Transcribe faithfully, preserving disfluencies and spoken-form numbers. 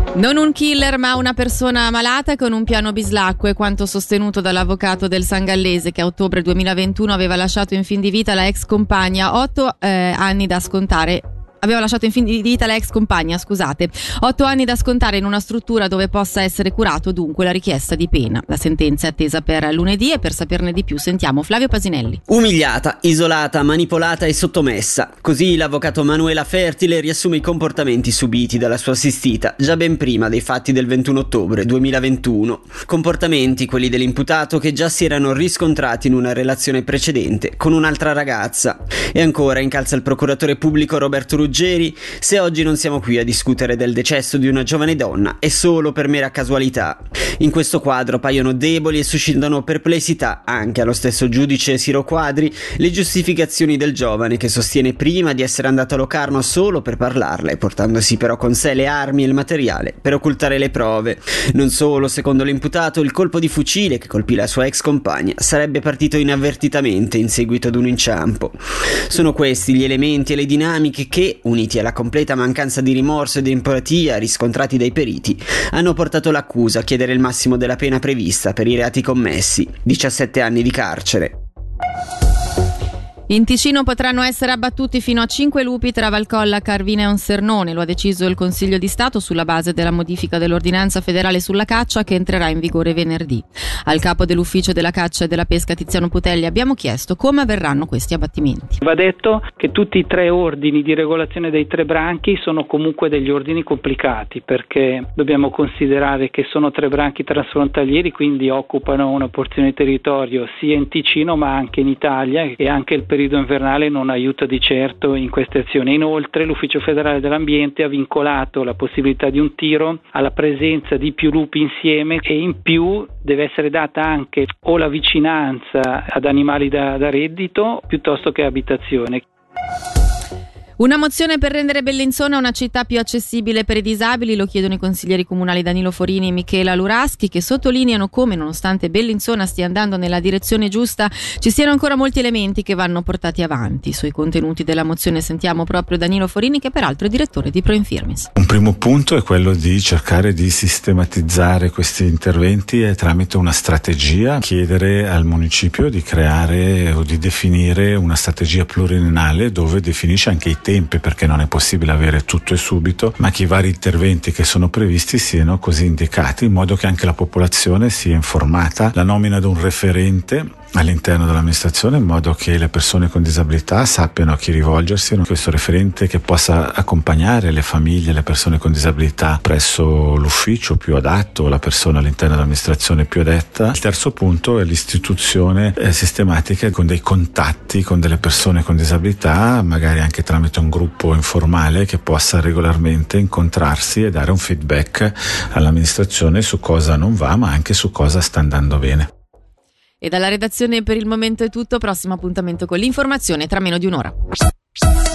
Non un killer ma una persona malata con un piano bislacco è quanto sostenuto dall'avvocato del Sangallese, che a ottobre duemilaventuno aveva lasciato in fin di vita la ex compagna, otto eh, anni da scontare Aveva lasciato in fin di vita la ex compagna, scusate. Otto anni da scontare in una struttura dove possa essere curato, dunque, la richiesta di pena. La sentenza è attesa per lunedì e per saperne di più sentiamo Flavio Pasinelli. Umiliata, isolata, manipolata e sottomessa. Così l'avvocato Manuela Fertile riassume i comportamenti subiti dalla sua assistita già ben prima dei fatti del ventuno ottobre duemilaventuno. Comportamenti, quelli dell'imputato, che già si erano riscontrati in una relazione precedente con un'altra ragazza. E ancora incalza il procuratore pubblico Roberto Ruggeri: se oggi non siamo qui a discutere del decesso di una giovane donna è solo per mera casualità. In questo quadro paiono deboli e suscitano perplessità anche allo stesso giudice Siro Quadri le giustificazioni del giovane, che sostiene prima di essere andato a Locarno solo per parlarle, portandosi però con sé le armi e il materiale per occultare le prove. Non solo, secondo l'imputato, il colpo di fucile che colpì la sua ex compagna sarebbe partito inavvertitamente in seguito ad un inciampo. Sono questi gli elementi e le dinamiche che, uniti alla completa mancanza di rimorso e di empatia riscontrati dai periti, hanno portato l'accusa a chiedere il massimo della pena prevista per i reati commessi: diciassette anni di carcere. In Ticino potranno essere abbattuti fino a cinque lupi tra Valcolla, Carvina e Onsernone. Lo ha deciso il Consiglio di Stato sulla base della modifica dell'ordinanza federale sulla caccia, che entrerà in vigore venerdì. Al capo dell'ufficio della caccia e della pesca, Tiziano Putelli, abbiamo chiesto come avverranno questi abbattimenti. Va detto che tutti i tre ordini di regolazione dei tre branchi sono comunque degli ordini complicati, perché dobbiamo considerare che sono tre branchi transfrontalieri, quindi occupano una porzione di territorio sia in Ticino ma anche in Italia, e anche il periodo invernale non aiuta di certo in queste azioni. Inoltre l'Ufficio federale dell'ambiente ha vincolato la possibilità di un tiro alla presenza di più lupi insieme, e in più deve essere data anche o la vicinanza ad animali da, da reddito piuttosto che abitazione. Una mozione per rendere Bellinzona una città più accessibile per i disabili, lo chiedono i consiglieri comunali Danilo Forini e Michela Luraschi, che sottolineano come, nonostante Bellinzona stia andando nella direzione giusta, ci siano ancora molti elementi che vanno portati avanti. Sui contenuti della mozione sentiamo proprio Danilo Forini, che peraltro è direttore di Pro Infirmis. Un primo punto è quello di cercare di sistematizzare questi interventi e, tramite una strategia, chiedere al municipio di creare o di definire una strategia pluriennale dove definisce anche i tempi, perché non è possibile avere tutto e subito, ma che i vari interventi che sono previsti siano così indicati, in modo che anche la popolazione sia informata. La nomina di un referente all'interno dell'amministrazione, in modo che le persone con disabilità sappiano a chi rivolgersi, questo referente che possa accompagnare le famiglie, le persone con disabilità presso l'ufficio più adatto, la persona all'interno dell'amministrazione più adetta. Il terzo punto è l'istituzione eh, sistematica con dei contatti con delle persone con disabilità, magari anche tramite un gruppo informale che possa regolarmente incontrarsi e dare un feedback all'amministrazione su cosa non va, ma anche su cosa sta andando bene. E dalla redazione per il momento è tutto. Prossimo appuntamento con l'informazione tra meno di un'ora.